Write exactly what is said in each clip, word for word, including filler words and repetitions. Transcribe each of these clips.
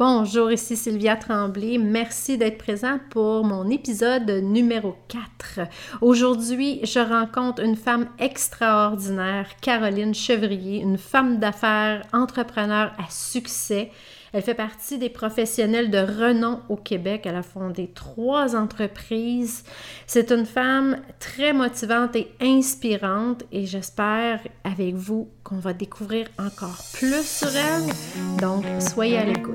Bonjour, ici Sylvia Tremblay. Merci d'être présent pour mon épisode numéro quatre. Aujourd'hui, je rencontre une femme extraordinaire, Caroline Chevrier, une femme d'affaires, entrepreneur à succès. Elle fait partie des professionnels de renom au Québec. Elle a fondé trois entreprises. C'est une femme très motivante et inspirante et j'espère avec vous qu'on va découvrir encore plus sur elle. Donc, soyez à l'écoute.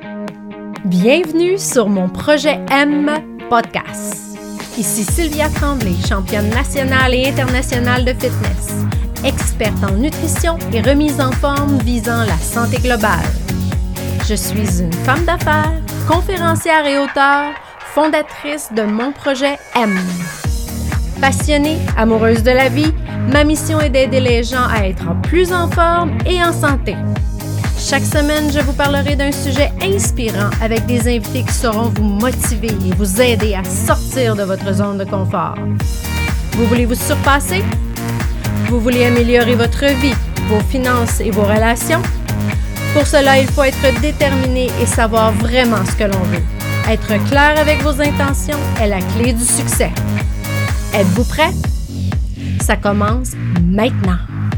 Bienvenue sur mon projet M Podcast. Ici Sylvia Tremblay, championne nationale et internationale de fitness, experte en nutrition et remise en forme visant la santé globale. Je suis une femme d'affaires, conférencière et auteure, fondatrice de mon projet M. Passionnée, amoureuse de la vie, ma mission est d'aider les gens à être plus en forme et en santé. Chaque semaine, je vous parlerai d'un sujet inspirant avec des invités qui sauront vous motiver et vous aider à sortir de votre zone de confort. Vous voulez vous surpasser? Vous voulez améliorer votre vie, vos finances et vos relations? Pour cela, il faut être déterminé et savoir vraiment ce que l'on veut. Être clair avec vos intentions est la clé du succès. Êtes-vous prêts? Ça commence maintenant.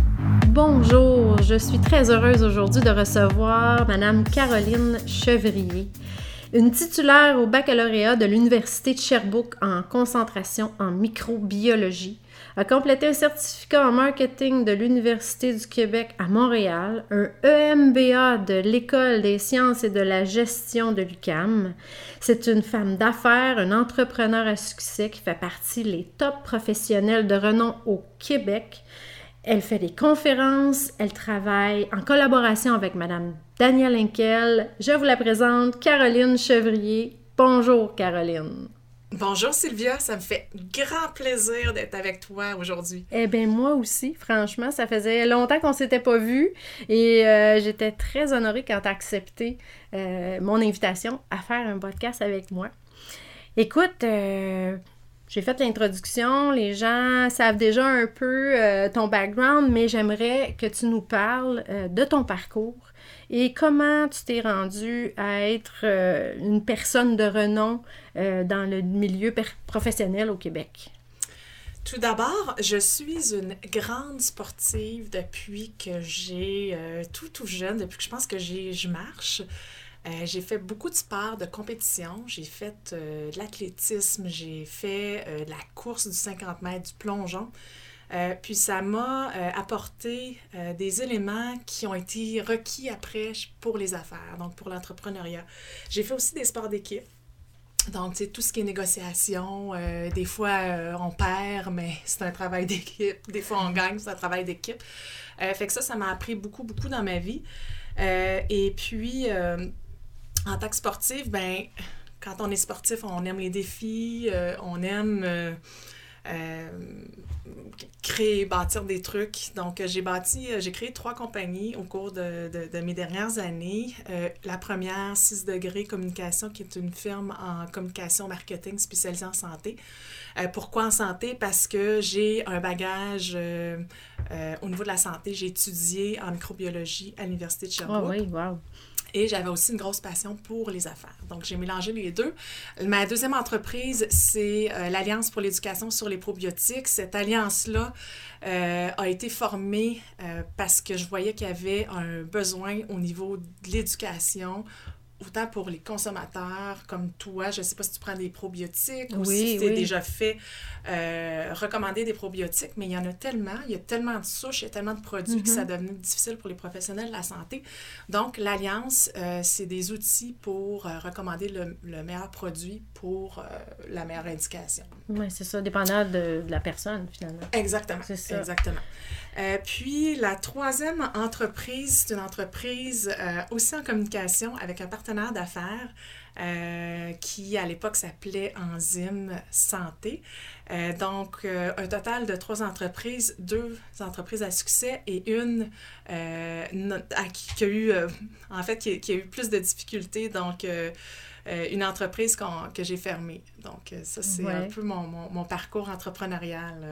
Bonjour, je suis très heureuse aujourd'hui de recevoir Madame Caroline Chevrier, une titulaire au baccalauréat de l'Université de Sherbrooke en concentration en microbiologie, a complété un certificat en marketing de l'Université du Québec à Montréal, un E M B A de l'École des sciences et de la gestion de l'U Q A M. C'est une femme d'affaires, un entrepreneur à succès qui fait partie des top professionnels de renom au Québec. Elle fait des conférences, elle travaille en collaboration avec Madame Danielle Henkel. Je vous la présente, Caroline Chevrier. Bonjour Caroline. Bonjour Sylvia, ça me fait grand plaisir d'être avec toi aujourd'hui. Eh bien, moi aussi, franchement, ça faisait longtemps qu'on ne s'était pas vus et euh, j'étais très honorée quand tu as accepté euh, mon invitation à faire un podcast avec moi. Écoute, euh, j'ai fait l'introduction, les gens savent déjà un peu euh, ton background, mais j'aimerais que tu nous parles euh, de ton parcours et comment tu t'es rendue à être euh, une personne de renom euh, dans le milieu per- professionnel au Québec. Tout d'abord, je suis une grande sportive depuis que j'ai euh, tout tout jeune, depuis que je pense que j'ai, je marche. Euh, j'ai fait beaucoup de sports de compétition. J'ai fait euh, de l'athlétisme, j'ai fait euh, de la course du cinquante mètres, du plongeon. Euh, puis ça m'a euh, apporté euh, des éléments qui ont été requis après pour les affaires, donc pour l'entrepreneuriat. J'ai fait aussi des sports d'équipe. Donc, tu sais, tout ce qui est négociation, euh, des fois, euh, on perd, mais c'est un travail d'équipe. Des fois, on gagne, c'est un travail d'équipe. Euh, fait que ça, ça m'a appris beaucoup, beaucoup dans ma vie. Euh, et puis, euh, en tant que sportif, ben, quand on est sportif, on aime les défis, euh, on aime euh, euh, créer, bâtir des trucs. Donc, j'ai bâti, j'ai créé trois compagnies au cours de, de, de mes dernières années. Euh, la première, six degrés Communication, qui est une firme en communication marketing spécialisée en santé. Euh, pourquoi en santé? Parce que j'ai un bagage euh, euh, au niveau de la santé. J'ai étudié en microbiologie à l'Université de Sherbrooke. Oh oui, wow! Et j'avais aussi une grosse passion pour les affaires. Donc, j'ai mélangé les deux. Ma deuxième entreprise, c'est euh, l'Alliance pour l'éducation sur les probiotiques. Cette alliance-là euh, a été formée euh, parce que je voyais qu'il y avait un besoin au niveau de l'éducation, autant pour les consommateurs comme toi. Je ne sais pas si tu prends des probiotiques ou oui, si tu t'es oui. déjà fait euh, recommander des probiotiques, mais il y en a tellement, il y a tellement de souches, il y a tellement de produits mm-hmm. que ça devenait difficile pour les professionnels de la santé. Donc, l'Alliance, euh, c'est des outils pour euh, recommander le, le meilleur produit pour euh, la meilleure indication. Oui, c'est ça, dépendant de, de la personne, finalement. Exactement, c'est ça. Exactement. Euh, puis, la troisième entreprise, c'est une entreprise euh, aussi en communication avec un partenaire d'affaires euh, qui, à l'époque, s'appelait Enzyme Santé. Euh, donc, euh, un total de trois entreprises, deux entreprises à succès et une euh, non, à, qui, qui a eu, euh, en fait, qui, qui a eu plus de difficultés. Donc, euh, euh, une entreprise qu'on, que j'ai fermée. Donc, ça, c'est ouais. un peu mon, mon, mon parcours entrepreneurial.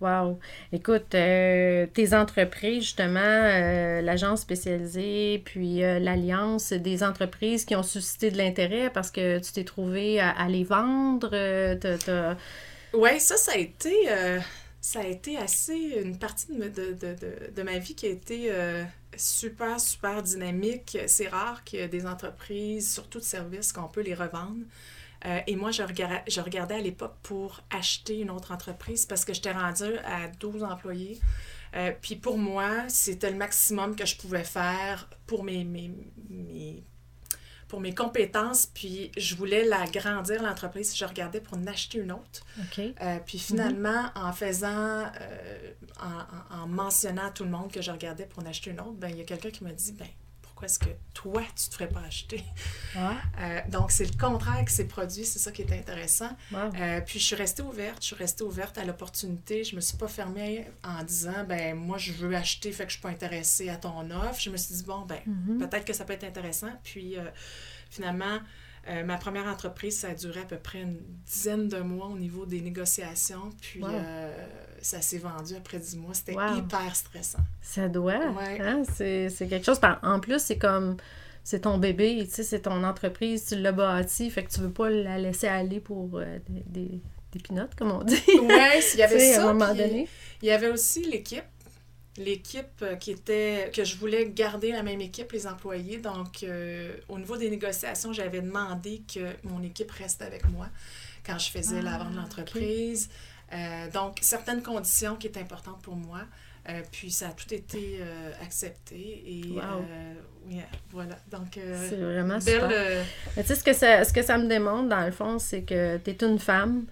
Wow! Écoute, euh, tes entreprises, justement, euh, l'agence spécialisée, puis euh, l'Alliance, c'est des entreprises qui ont suscité de l'intérêt parce que tu t'es trouvé à, à les vendre. Euh, t'as, t'as... Oui, ça, ça a été, euh, ça a été assez une partie de, de, de, de, de ma vie qui a été euh, super, super dynamique. C'est rare qu'il y ait des entreprises, surtout de services, qu'on peut les revendre. Euh, et moi, je regardais, je regardais à l'époque pour acheter une autre entreprise parce que j'étais rendue à douze employés. Euh, puis pour moi, c'était le maximum que je pouvais faire pour mes, mes, mes, pour mes compétences. Puis je voulais l'agrandir, l'entreprise. Je regardais pour en acheter une autre. OK. Euh, puis finalement, mm-hmm. en faisant, euh, en, en, en mentionnant à tout le monde que je regardais pour en acheter une autre, ben il y a quelqu'un qui m'a dit, ben est-ce que toi, tu ne te ferais pas acheter? Ouais. Euh, donc, c'est le contraire qui s'est produit, c'est ça qui est intéressant. Wow. Euh, puis, je suis restée ouverte, je suis restée ouverte à l'opportunité. Je ne me suis pas fermée en disant, ben moi, je veux acheter, fait que je ne suis pas intéressée à ton offre. Je me suis dit, bon, ben mm-hmm. peut-être que ça peut être intéressant. Puis, euh, finalement, euh, ma première entreprise, ça a duré à peu près une dizaine de mois au niveau des négociations. Puis, wow. euh, ça s'est vendu après dix mois. C'était wow. hyper stressant. Ça doit. Ouais. Hein? C'est, c'est quelque chose. En plus, c'est comme... C'est ton bébé, tu sais, c'est ton entreprise, tu l'as bâti, fait que tu veux pas la laisser aller pour euh, des, des, des pinottes, comme on dit. Oui, il y avait ça. À un moment donné. Il y avait aussi l'équipe. L'équipe qui était... que je voulais garder la même équipe, les employés. Donc, euh, au niveau des négociations, j'avais demandé que mon équipe reste avec moi quand je faisais ah, la vente de l'entreprise. Okay. Euh, donc, certaines conditions qui étaient importantes pour moi. Euh, puis, ça a tout été euh, accepté. Et wow. euh, yeah, voilà. Donc, euh, c'est vraiment belle, super. Euh... Mais tu sais, ce que, ça, ce que ça me démontre, dans le fond, c'est que tu es une femme,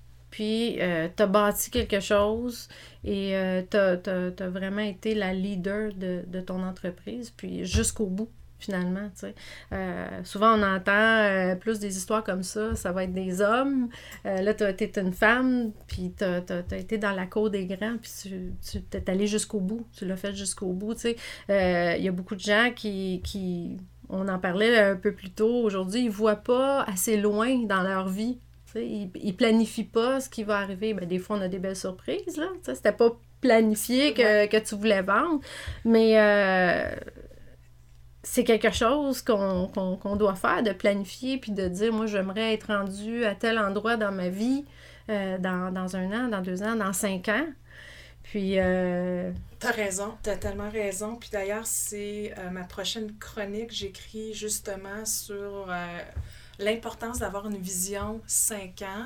puis euh, tu as bâti quelque chose et euh, tu as vraiment été la leader de, de ton entreprise, puis jusqu'au bout. Finalement, tu sais. Euh, souvent, on entend euh, plus des histoires comme ça, ça va être des hommes. Euh, là, tu es une femme, puis tu as été dans la cour des grands, puis tu, tu t'es allé jusqu'au bout. Tu l'as fait jusqu'au bout, tu sais. Il euh, y a beaucoup de gens qui, qui, on en parlait un peu plus tôt aujourd'hui, ils ne voient pas assez loin dans leur vie. Tu sais. Ils ne planifient pas ce qui va arriver. Ben, des fois, on a des belles surprises, là. Tu sais, c'était pas planifié que, que tu voulais vendre, mais... Euh, c'est quelque chose qu'on qu'on, qu'on doit faire, de planifier, puis de dire, moi, j'aimerais être rendue à tel endroit dans ma vie, euh, dans, dans un an, dans deux ans, dans cinq ans. Puis... Euh... T'as raison, t'as tellement raison. Puis d'ailleurs, c'est euh, ma prochaine chronique, j'écris justement sur euh, l'importance d'avoir une vision cinq ans.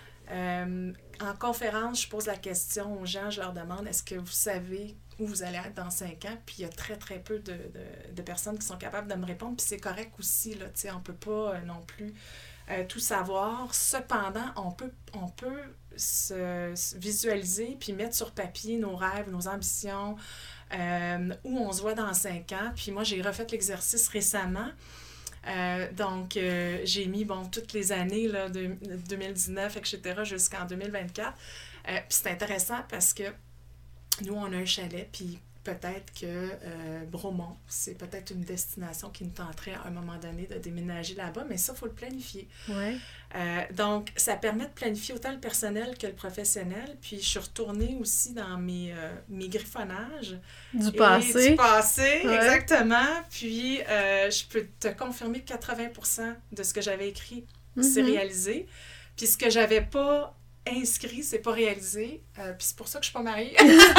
Euh, en conférence, je pose la question aux gens, je leur demande, est-ce que vous savez où vous allez être dans cinq ans? Puis il y a très, très peu de, de, de personnes qui sont capables de me répondre. Puis c'est correct aussi, là, tu sais, on peut pas euh, non plus euh, tout savoir. Cependant, on peut, on peut se, se visualiser puis mettre sur papier nos rêves, nos ambitions, euh, où on se voit dans cinq ans. Puis moi, j'ai refait l'exercice récemment. Euh, donc, euh, j'ai mis, bon, toutes les années, là, de deux mille dix-neuf, et cetera, jusqu'en deux mille vingt-quatre. Euh, puis c'est intéressant parce que nous, on a un chalet, puis peut-être que euh, Bromont, c'est peut-être une destination qui nous tenterait à un moment donné de déménager là-bas, mais ça, il faut le planifier. Ouais. Euh, donc, ça permet de planifier autant le personnel que le professionnel. Puis, je suis retournée aussi dans mes, euh, mes griffonnages. Du passé. Du passé, ouais. Exactement. Puis, euh, je peux te confirmer que quatre-vingts pour cent de ce que j'avais écrit, mm-hmm. c'est réalisé. Puis, ce que j'avais pas inscrit, c'est pas réalisé. Euh, puis c'est pour ça que je suis pas mariée.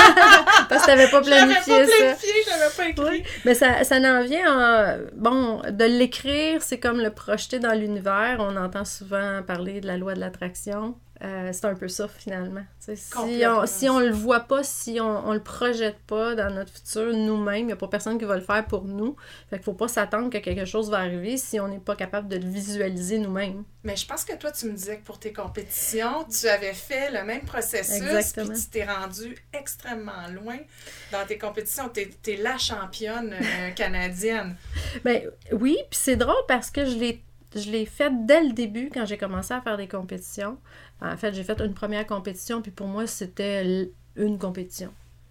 Parce que t'avais pas planifié ça. J'avais pas planifié, j'avais pas écrit. Oui. Mais ça, ça en vient en... Bon, de l'écrire, c'est comme le projeter dans l'univers. On entend souvent parler de la loi de l'attraction. Euh, c'est un peu ça, finalement. Si on, si on le voit pas, si on, on le projette pas dans notre futur nous-mêmes, il n'y a pas personne qui va le faire pour nous. Fait qu'il faut pas s'attendre que quelque chose va arriver si on n'est pas capable de le visualiser nous-mêmes. Mais je pense que toi, tu me disais que pour tes compétitions, tu avais fait le même processus. Exactement. Puis tu t'es rendu extrêmement loin dans tes compétitions. Tu es la championne euh, canadienne. Ben oui, puis c'est drôle parce que je l'ai Je l'ai fait dès le début, quand j'ai commencé à faire des compétitions. En fait, j'ai fait une première compétition, puis pour moi, c'était une compétition.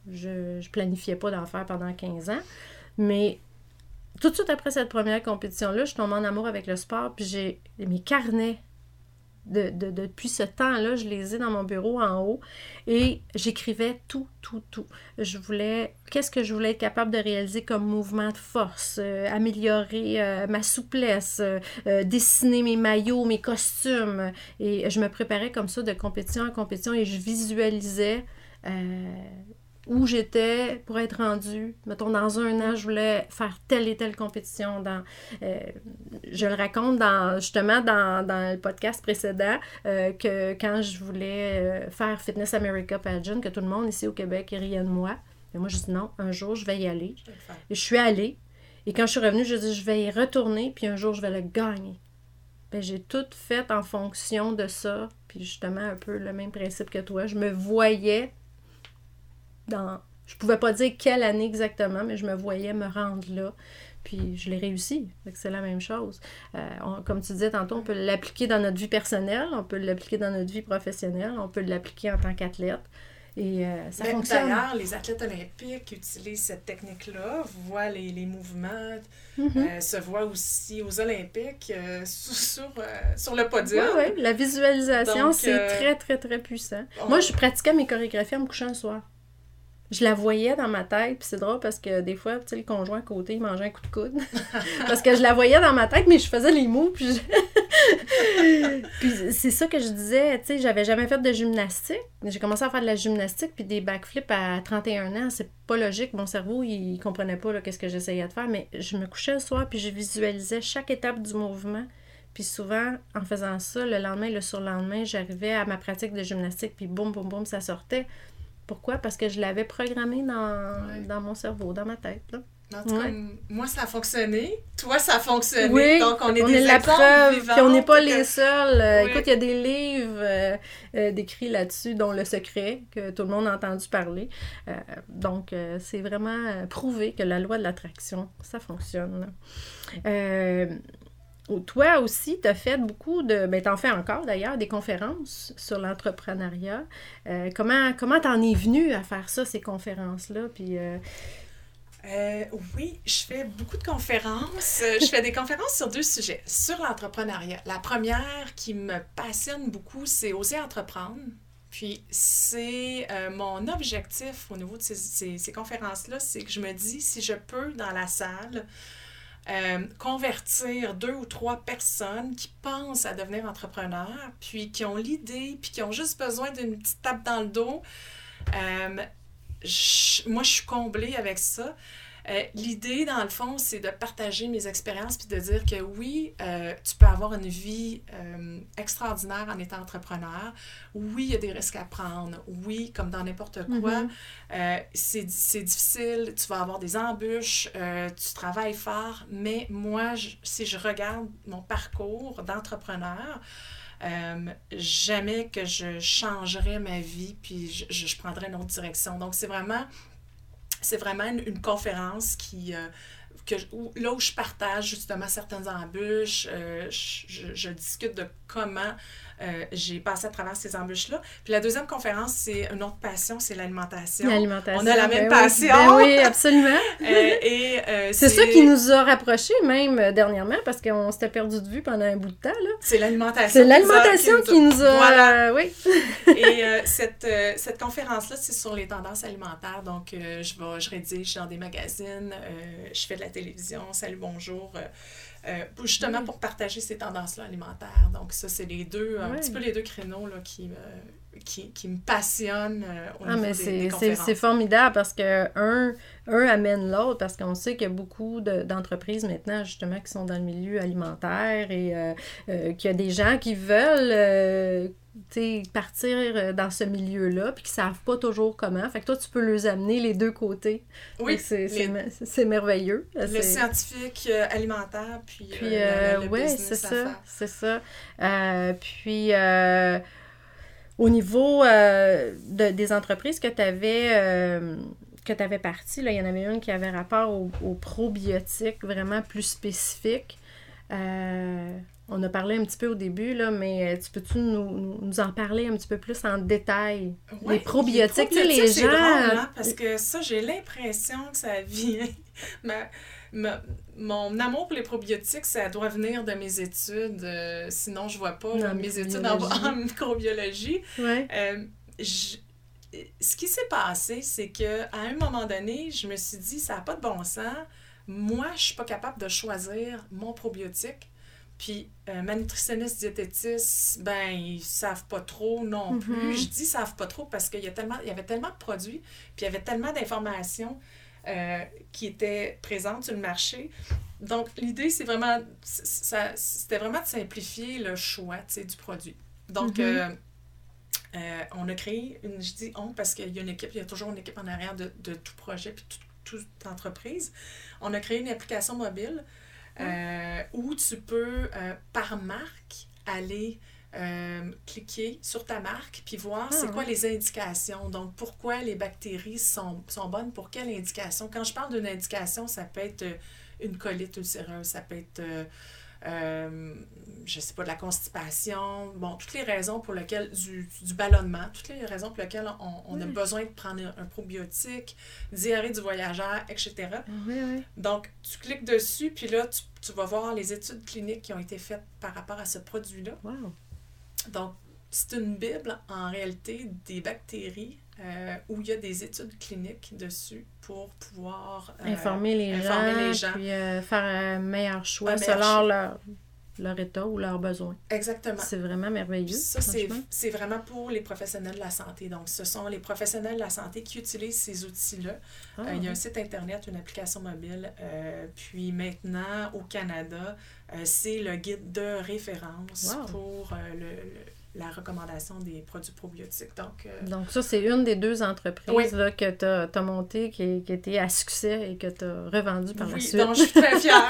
Je ne planifiais pas d'en faire pendant quinze ans. Mais tout de suite après cette première compétition-là, je suis tombée en amour avec le sport, puis j'ai mes carnets de, de, de, depuis ce temps-là, je les ai dans mon bureau en haut et j'écrivais tout, tout, tout. Je voulais, qu'est-ce que je voulais être capable de réaliser comme mouvement de force, euh, améliorer euh, ma souplesse, euh, euh, dessiner mes maillots, mes costumes. Et je me préparais comme ça de compétition en compétition et je visualisais euh, où j'étais pour être rendue. Mettons, dans un an, je voulais faire telle et telle compétition. Dans, euh, je le raconte dans, justement dans, dans le podcast précédent euh, que quand je voulais euh, faire Fitness America Pageant, que tout le monde ici au Québec riait de moi. Et moi, je dis non, un jour, je vais y aller. Je et je suis allée. Et quand je suis revenue, je dis je vais y retourner, puis un jour, je vais le gagner. Bien, j'ai tout fait en fonction de ça. Puis justement, un peu le même principe que toi. Je me voyais dans... Je pouvais pas dire quelle année exactement, mais je me voyais me rendre là. Puis je l'ai réussi. Donc c'est la même chose. Euh, on, comme tu disais tantôt, on peut l'appliquer dans notre vie personnelle, on peut l'appliquer dans notre vie professionnelle, on peut l'appliquer en tant qu'athlète. Et euh, ça Mais fonctionne. D'ailleurs, les athlètes olympiques utilisent cette technique-là, voient les, les mouvements, mm-hmm. euh, se voient aussi aux Olympiques euh, sur, sur, euh, sur le podium. Oui, oui, la visualisation, Donc, c'est euh, très, très, très puissant. On... Moi, je pratiquais mes chorégraphies en me couchant le soir. Je la voyais dans ma tête, puis c'est drôle parce que des fois, tu sais, le conjoint à côté, il mangeait un coup de coude. Parce que je la voyais dans ma tête, mais je faisais les mots, puis je... puis c'est ça que je disais, tu sais, j'avais jamais fait de gymnastique. J'ai commencé à faire de la gymnastique, puis des backflips à trente et un ans, c'est pas logique. Mon cerveau, il comprenait pas là, qu'est-ce que j'essayais de faire, mais je me couchais le soir, puis je visualisais chaque étape du mouvement. Puis souvent, en faisant ça, le lendemain, le surlendemain, j'arrivais à ma pratique de gymnastique, puis boum, boum, boum, ça sortait. Pourquoi? Parce que je l'avais programmé dans, ouais. dans mon cerveau, dans ma tête. Là. En tout ouais. cas, moi, ça a fonctionné. Toi, ça a fonctionné. Oui, donc on est on des est la preuve. Puis on n'est pas que... les seuls. Oui. Écoute, il y a des livres euh, euh, décrits là-dessus, dont Le Secret, que tout le monde a entendu parler. Euh, donc, euh, c'est vraiment prouvé que la loi de l'attraction, ça fonctionne. Euh... Toi aussi, tu as fait beaucoup de... Ben, tu en fais encore d'ailleurs, des conférences sur l'entrepreneuriat. Euh, comment comment t'en es venue à faire ça, ces conférences-là? Puis, euh... Euh, oui, je fais beaucoup de conférences. Je fais des conférences sur deux sujets. Sur l'entrepreneuriat. La première qui me passionne beaucoup, c'est oser entreprendre. Puis, c'est euh, mon objectif au niveau de ces, ces, ces conférences-là, c'est que je me dis, si je peux, dans la salle... Euh, convertir deux ou trois personnes qui pensent à devenir entrepreneurs, puis qui ont l'idée, puis qui ont juste besoin d'une petite tape dans le dos. Euh, je, moi, je suis comblée avec ça. Euh, l'idée, dans le fond, c'est de partager mes expériences puis de dire que oui, euh, tu peux avoir une vie euh, extraordinaire en étant entrepreneur. Oui, il y a des risques à prendre. Oui, comme dans n'importe quoi, mm-hmm. euh, c'est, c'est difficile. Tu vas avoir des embûches. Euh, tu travailles fort. Mais moi, je, si je regarde mon parcours d'entrepreneur, Euh, jamais que je changerais ma vie puis je, je, je prendrais une autre direction. Donc, c'est vraiment, c'est vraiment une, une conférence qui, euh, que, où, là où je partage justement certaines embûches, euh, je, je, je discute de comment euh, j'ai passé à travers ces embûches-là. Puis la deuxième conférence, c'est une autre passion, c'est l'alimentation. L'alimentation. On a la même ben passion. Oui, ben oui, absolument. euh, et, euh, c'est, c'est ça qui nous a rapprochés même euh, dernièrement parce qu'on s'était perdu de vue pendant un bout de temps. Là. C'est l'alimentation. C'est l'alimentation qui nous a... Qui nous a voilà. Euh, oui. Et euh, cette, euh, cette conférence-là, c'est sur les tendances alimentaires. Donc, euh, je, vais, je rédige dans des magazines, euh, je fais de la télévision, Salut, bonjour, euh, euh, justement oui. pour partager ces tendances-là alimentaires. Donc, ça, c'est les deux, oui. un petit peu les deux créneaux là, qui, euh, qui, qui me passionnent euh, au ah, niveau mais des, c'est, des conférences. C'est, c'est formidable parce que un, un amène l'autre, parce qu'on sait qu'il y a beaucoup de, d'entreprises maintenant, justement, qui sont dans le milieu alimentaire et euh, euh, qu'il y a des gens qui veulent... Euh, partir dans ce milieu-là, puis qu'ils ne savent pas toujours comment. Fait que toi, tu peux les amener les deux côtés. Oui. C'est, les... c'est, c'est merveilleux. Le c'est... scientifique euh, alimentaire, puis, puis euh, euh, le, le ouais, business c'est ça, affaires. c'est ça. Euh, puis, euh, au niveau euh, de, des entreprises que tu avais... Euh, que tu avais parties, là, il y en avait une qui avait rapport aux au probiotiques, vraiment plus spécifique. Euh, on a parlé un petit peu au début, là, mais tu peux-tu nous, nous en parler un petit peu plus en détail? Ouais, les probiotiques, les, probiotiques, les c'est gens... drôle, hein, parce que ça, j'ai l'impression que ça vient... ma, ma, mon amour pour les probiotiques, ça doit venir de mes études. Euh, sinon, je vois pas là, mes études en, en microbiologie. Ouais. Euh, je, ce qui s'est passé, c'est qu'à un moment donné, je me suis dit, ça n'a pas de bon sens. Moi, je suis pas capable de choisir mon probiotique. Puis, euh, ma nutritionniste diététiste, ben, ils savent pas trop non plus. Mm-hmm. Je dis savent pas trop parce qu'il y a tellement, il y avait tellement de produits, puis il y avait tellement d'informations euh, qui étaient présentes sur le marché. Donc, l'idée, c'est vraiment, ça, c'était vraiment de simplifier le choix, tu sais, du produit. Donc, mm-hmm. euh, euh, on a créé une, je dis on parce qu'il y a une équipe, il y a toujours une équipe en arrière de, de tout projet, puis tout, toute entreprise. On a créé une application mobile Euh, où tu peux, euh, par marque, aller euh, cliquer sur ta marque puis voir ah, c'est quoi ouais. les indications. Donc, pourquoi les bactéries sont, sont bonnes, pour quelle indication. Quand je parle d'une indication, ça peut être une colite ulcéreuse, ça peut être, euh, euh, je sais pas, de la constipation, bon, toutes les raisons pour lesquelles, du, du ballonnement, toutes les raisons pour lesquelles on, on oui. a besoin de prendre un probiotique, diarrhée du voyageur, et cetera. Oui, oui. Donc, tu cliques dessus, puis là, tu, tu vas voir les études cliniques qui ont été faites par rapport à ce produit-là. Wow. Donc, c'est une bible, en réalité, des bactéries euh, où il y a des études cliniques dessus pour pouvoir euh, informer les informer gens, les gens. Puis euh, faire un meilleur choix un meilleur selon choix. Leur, leur état ou leurs besoins. Exactement. C'est vraiment merveilleux. Puis ça, c'est, c'est vraiment pour les professionnels de la santé. Donc, ce sont les professionnels de la santé qui utilisent ces outils-là. Ah, euh, il y a un site Internet, une application mobile. Euh, puis maintenant, au Canada, euh, c'est le guide de référence wow. pour euh, le, le la recommandation des produits probiotiques. Donc, euh... Donc ça, c'est une des deux entreprises oui. là, que tu as montées, qui, qui était à succès et que tu as revendue par oui, la suite. Oui, donc je suis très fière.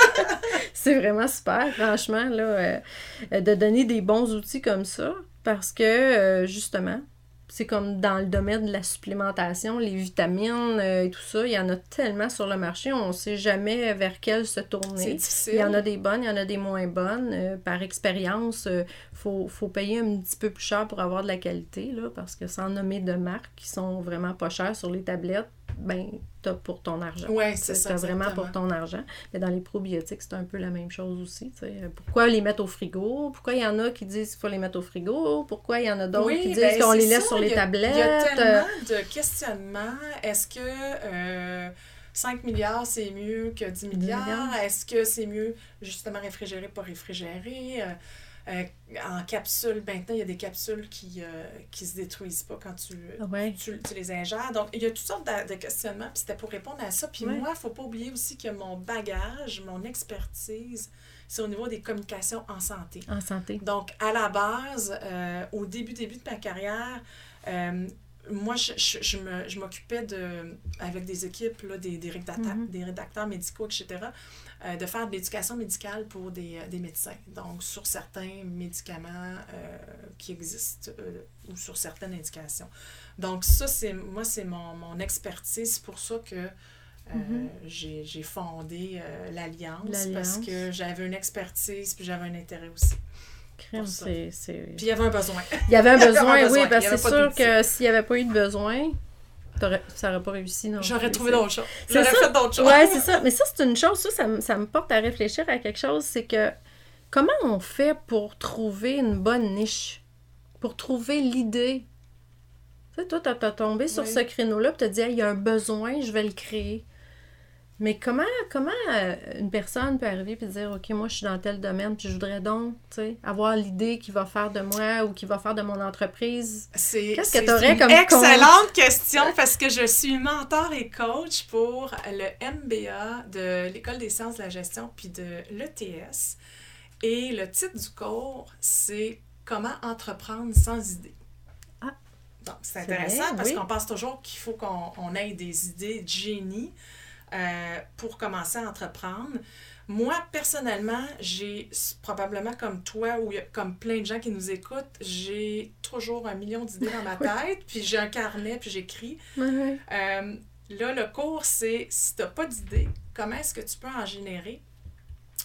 C'est vraiment super, franchement, là, euh, de donner des bons outils comme ça, parce que, euh, justement, c'est comme dans le domaine de la supplémentation, les vitamines euh, et tout ça, il y en a tellement sur le marché, on ne sait jamais vers quelle se tourner. C'est difficile. Il y en a des bonnes, il y en a des moins bonnes. Euh, par expérience, il euh, faut, faut payer un petit peu plus cher pour avoir de la qualité, là, parce que sans nommer de marques qui sont vraiment pas chères sur les tablettes, ben t'as pour ton argent. Oui, c'est ça, t'as vraiment pour ton argent. Mais dans les probiotiques, c'est un peu la même chose aussi. T'sais. Pourquoi les mettre au frigo? Pourquoi il y en a qui disent qu'il faut les mettre au frigo? Pourquoi il y en a d'autres oui, qui disent ben, qu'on les laisse ça. sur les il a, tablettes? Il y a tellement de questionnements. Est-ce que euh, cinq milliards, c'est mieux que dix milliards? dix milliards? Est-ce que c'est mieux, justement, réfrigéré, pas réfrigéré? Euh, Euh, en capsule, maintenant, il y a des capsules qui euh, qui se détruisent pas quand tu, ouais. tu, tu les ingères. Donc, il y a toutes sortes de, de questionnements, puis c'était pour répondre à ça. Puis ouais. moi, il ne faut pas oublier aussi que mon bagage, mon expertise, c'est au niveau des communications en santé. En santé. Donc, à la base, euh, au début, début de ma carrière, euh, moi, je, je, je, me, je m'occupais de, avec des équipes, là, des, des, rédacteurs, mm-hmm. des rédacteurs médicaux, et cetera, euh, de faire de l'éducation médicale pour des, des médecins. Donc, sur certains médicaments euh, qui existent euh, ou sur certaines indications. Donc, ça, c'est moi, c'est mon, mon expertise. C'est pour ça que euh, mm-hmm. j'ai, j'ai fondé euh, l'Alliance, L'Alliance, parce que j'avais une expertise puis j'avais un intérêt aussi. Crème, c'est, c'est... Puis il y avait un besoin. Il y avait un besoin, avait un besoin. Oui, parce que c'est sûr que s'il n'y avait pas eu de besoin, ça n'aurait pas réussi. Non J'aurais plus, trouvé c'est... d'autres choses. C'est J'aurais ça. fait d'autres choses. Oui, c'est ça. Mais ça, c'est une chose, ça, ça, me, ça me porte à réfléchir à quelque chose, c'est que comment on fait pour trouver une bonne niche? Pour trouver l'idée? Tu sais, toi, t'as, t'as tombé oui. sur ce créneau-là, puis t'as dit, hey, il y a un besoin, je vais le créer. Mais comment, comment euh, une personne peut arriver et dire « OK, moi, je suis dans tel domaine, puis je voudrais donc, tu sais, avoir l'idée qui va faire de moi ou qui va faire de mon entreprise. » C'est, Qu'est-ce c'est que tu aurais comme excellente compte? question parce que je suis mentor et coach pour le M B A de l'École des sciences de la gestion puis de l'E T S. Et le titre du cours, c'est « Comment entreprendre sans idée ». Ah, donc, c'est intéressant vrai, parce oui. qu'on pense toujours qu'il faut qu'on on ait des idées de génie. Euh, pour commencer à entreprendre. Moi, personnellement, j'ai probablement comme toi ou comme plein de gens qui nous écoutent, j'ai toujours un million d'idées dans ma tête, puis j'ai un carnet, puis j'écris. Mm-hmm. Euh, là, le cours, c'est si tu n'as pas d'idées, comment est-ce que tu peux en générer?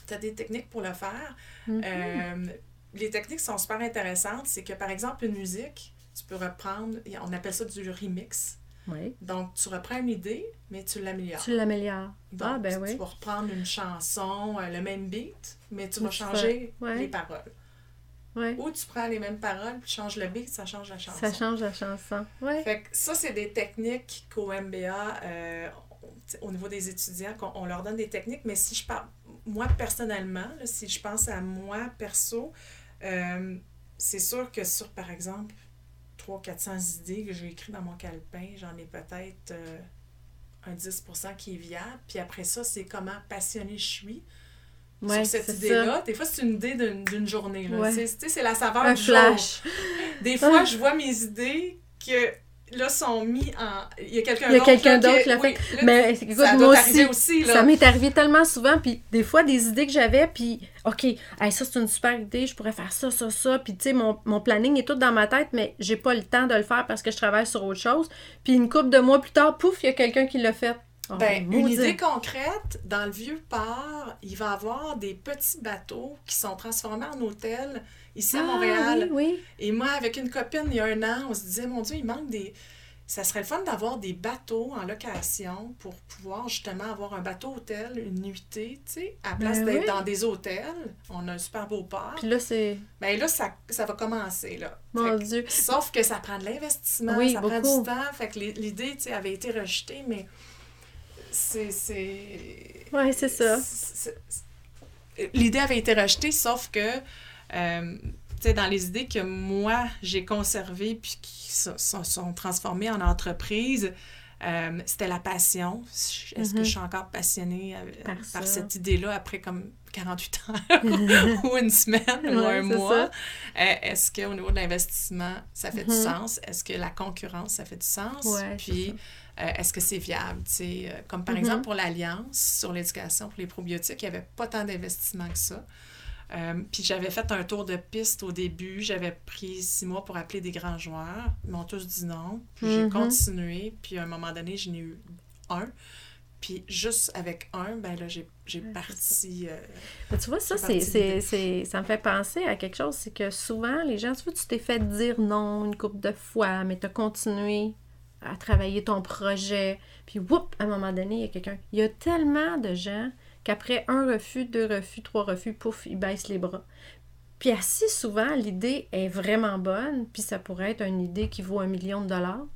tu as des techniques pour le faire. Mm-hmm. Euh, les techniques sont super intéressantes. C'est que, par exemple, une musique, tu peux reprendre, on appelle ça du remix. Oui. Donc, tu reprends une idée, mais tu l'améliores. Tu l'améliores. Donc, ah, ben tu, oui. tu vas reprendre une chanson, euh, le même beat, mais tu vas tu changer fais... ouais. les paroles. Ouais. Ou tu prends les mêmes paroles, puis tu changes le beat, ça change la chanson. Ça change la chanson. Ouais. Fait que ça, c'est des techniques qu'au M B A, euh, au niveau des étudiants, qu'on on leur donne des techniques, mais si je parle, moi personnellement, là, si je pense à moi perso, euh, c'est sûr que sur, par exemple, trois cents à quatre cents idées que j'ai écrites dans mon calepin, j'en ai peut-être euh, un dix pour cent qui est viable. Puis après ça, c'est comment passionné je suis ouais, sur cette idée-là. Ça. Des fois, c'est une idée d'une, d'une journée. Là. Ouais. C'est, c'est la saveur un du flash. jour. Des fois, je vois mes idées que... là, sont mis en... Il y a quelqu'un d'autre, Il y a quelqu'un d'autre qui l'a fait. Oui, là, mais écoute, ça moi doit aussi, aussi là. Ça m'est arrivé tellement souvent, puis des fois, des idées que j'avais, puis OK, hey, ça, c'est une super idée, je pourrais faire ça, ça, ça, puis tu sais, mon, mon planning est tout dans ma tête, mais j'ai pas le temps de le faire parce que je travaille sur autre chose. Puis une couple de mois plus tard, pouf, il y a quelqu'un qui l'a fait. Oh, ben, une idée concrète, dans le Vieux-Port, il va y avoir des petits bateaux qui sont transformés en hôtels ici à ah, Montréal. Oui, oui. Et moi, avec une copine, il y a un an, on se disait, mon Dieu, il manque des... Ça serait le fun d'avoir des bateaux en location pour pouvoir justement avoir un bateau-hôtel, une nuitée, tu sais, à place ben d'être oui. dans des hôtels. On a un super beau port. Puis là, c'est... Ben là, ça, ça va commencer, là. Mon que, Dieu. Sauf que ça prend de l'investissement, oui, ça beaucoup. prend du temps. Fait que l'idée, tu sais, avait été rejetée, mais c'est... c'est... Oui, c'est ça. C'est, c'est... L'idée avait été rejetée, sauf que... Euh, dans les idées que moi, j'ai conservées puis qui sont, sont, sont transformées en entreprise, euh, c'était la passion. Est-ce mm-hmm. que je suis encore passionnée euh, par, par cette idée-là après comme quarante-huit ans ou une semaine ouais, ou un mois? Euh, est-ce qu'au niveau de l'investissement, ça fait mm-hmm. du sens? Est-ce que la concurrence, ça fait du sens? Ouais, puis, euh, est-ce que c'est viable? T'sais, euh, comme par mm-hmm. exemple pour l'Alliance sur l'éducation pour les probiotiques, il n'y avait pas tant d'investissement que ça. Euh, puis j'avais fait un tour de piste au début. J'avais pris six mois pour appeler des grands joueurs. Ils m'ont tous dit non. Puis mm-hmm. j'ai continué. Puis à un moment donné, j'en ai eu un. Puis juste avec un, ben là, j'ai, j'ai ouais, parti... Euh, mais tu vois, ça, c'est, c'est, c'est, ça me fait penser à quelque chose. C'est que souvent, les gens, tu vois, tu t'es fait dire non une couple de fois, mais tu as continué à travailler ton projet. Puis, whoop, à un moment donné, il y a quelqu'un... Il y a tellement de gens... qu'après un refus, deux refus, trois refus, pouf, ils baissent les bras. Puis assez souvent, l'idée est vraiment bonne, puis ça pourrait être une idée qui vaut un million de dollars,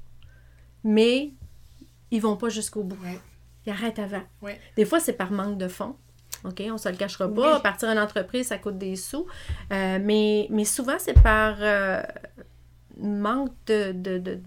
mais ils vont pas jusqu'au bout. Ouais. Ils arrêtent avant. Ouais. Des fois, c'est par manque de fonds. OK, on se le cachera pas. Oui. Partir une entreprise, ça coûte des sous. Euh, mais, mais souvent, c'est par euh, manque de, de, de,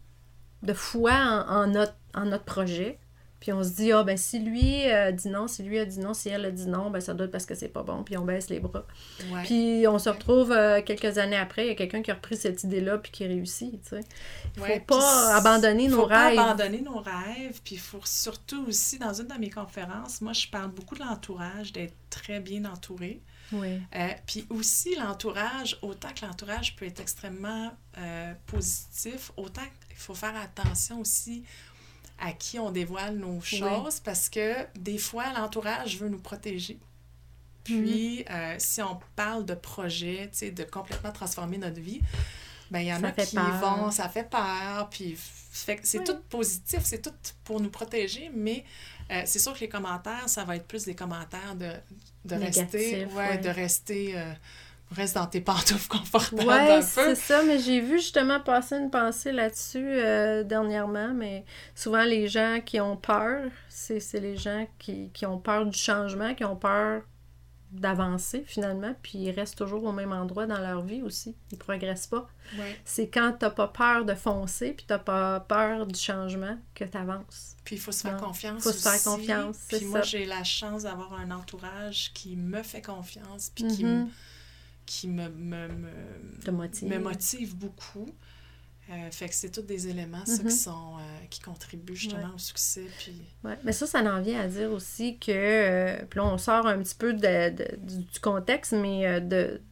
de foi en, en, notre, en notre projet. Puis on se dit, ah, ben si lui euh, dit non, si lui a dit non, si elle a dit non, ben ça doit être parce que c'est pas bon, puis on baisse les bras. Ouais. Puis on se retrouve euh, quelques années après, il y a quelqu'un qui a repris cette idée-là puis qui réussit, tu sais. Il faut ouais, pas abandonner nos faut rêves. Il faut pas abandonner nos rêves, puis il faut surtout aussi, dans une de mes conférences, moi, je parle beaucoup de l'entourage, d'être très bien entouré. Oui. Euh, puis aussi, l'entourage, autant que l'entourage peut être extrêmement euh, positif, autant qu'il faut faire attention aussi à qui on dévoile nos choses, oui. parce que des fois, l'entourage veut nous protéger. Puis, mm-hmm. euh, si on parle de projet, tu sais, de complètement transformer notre vie, bien, il y en ça a qui peur. vont, ça fait peur, puis fait, c'est oui. tout positif, c'est tout pour nous protéger, mais euh, c'est sûr que les commentaires, ça va être plus des commentaires de, de Négatif, rester, ouais, ouais. de rester... Euh, reste dans tes pantoufles confortables ouais, un peu. c'est ça, mais j'ai vu justement passer une pensée là-dessus euh, dernièrement, mais souvent les gens qui ont peur, c'est, c'est les gens qui, qui ont peur du changement, qui ont peur d'avancer finalement, puis ils restent toujours au même endroit dans leur vie aussi, ils progressent pas. Ouais. C'est quand t'as pas peur de foncer, puis t'as pas peur du changement que t'avances. Puis il faut se faire Donc, confiance faut se aussi. faire confiance, c'est puis moi, ça. j'ai la chance d'avoir un entourage qui me fait confiance, puis mm-hmm. qui me qui me, me, me, motive. me motive beaucoup. Euh, fait que c'est tous des éléments, mm-hmm. ça, qui, sont, euh, qui contribuent justement ouais. au succès. Puis... Ouais. Mais ça, ça en vient à dire aussi que, euh, puis là, on sort un petit peu de, de, du, du contexte, mais euh, de,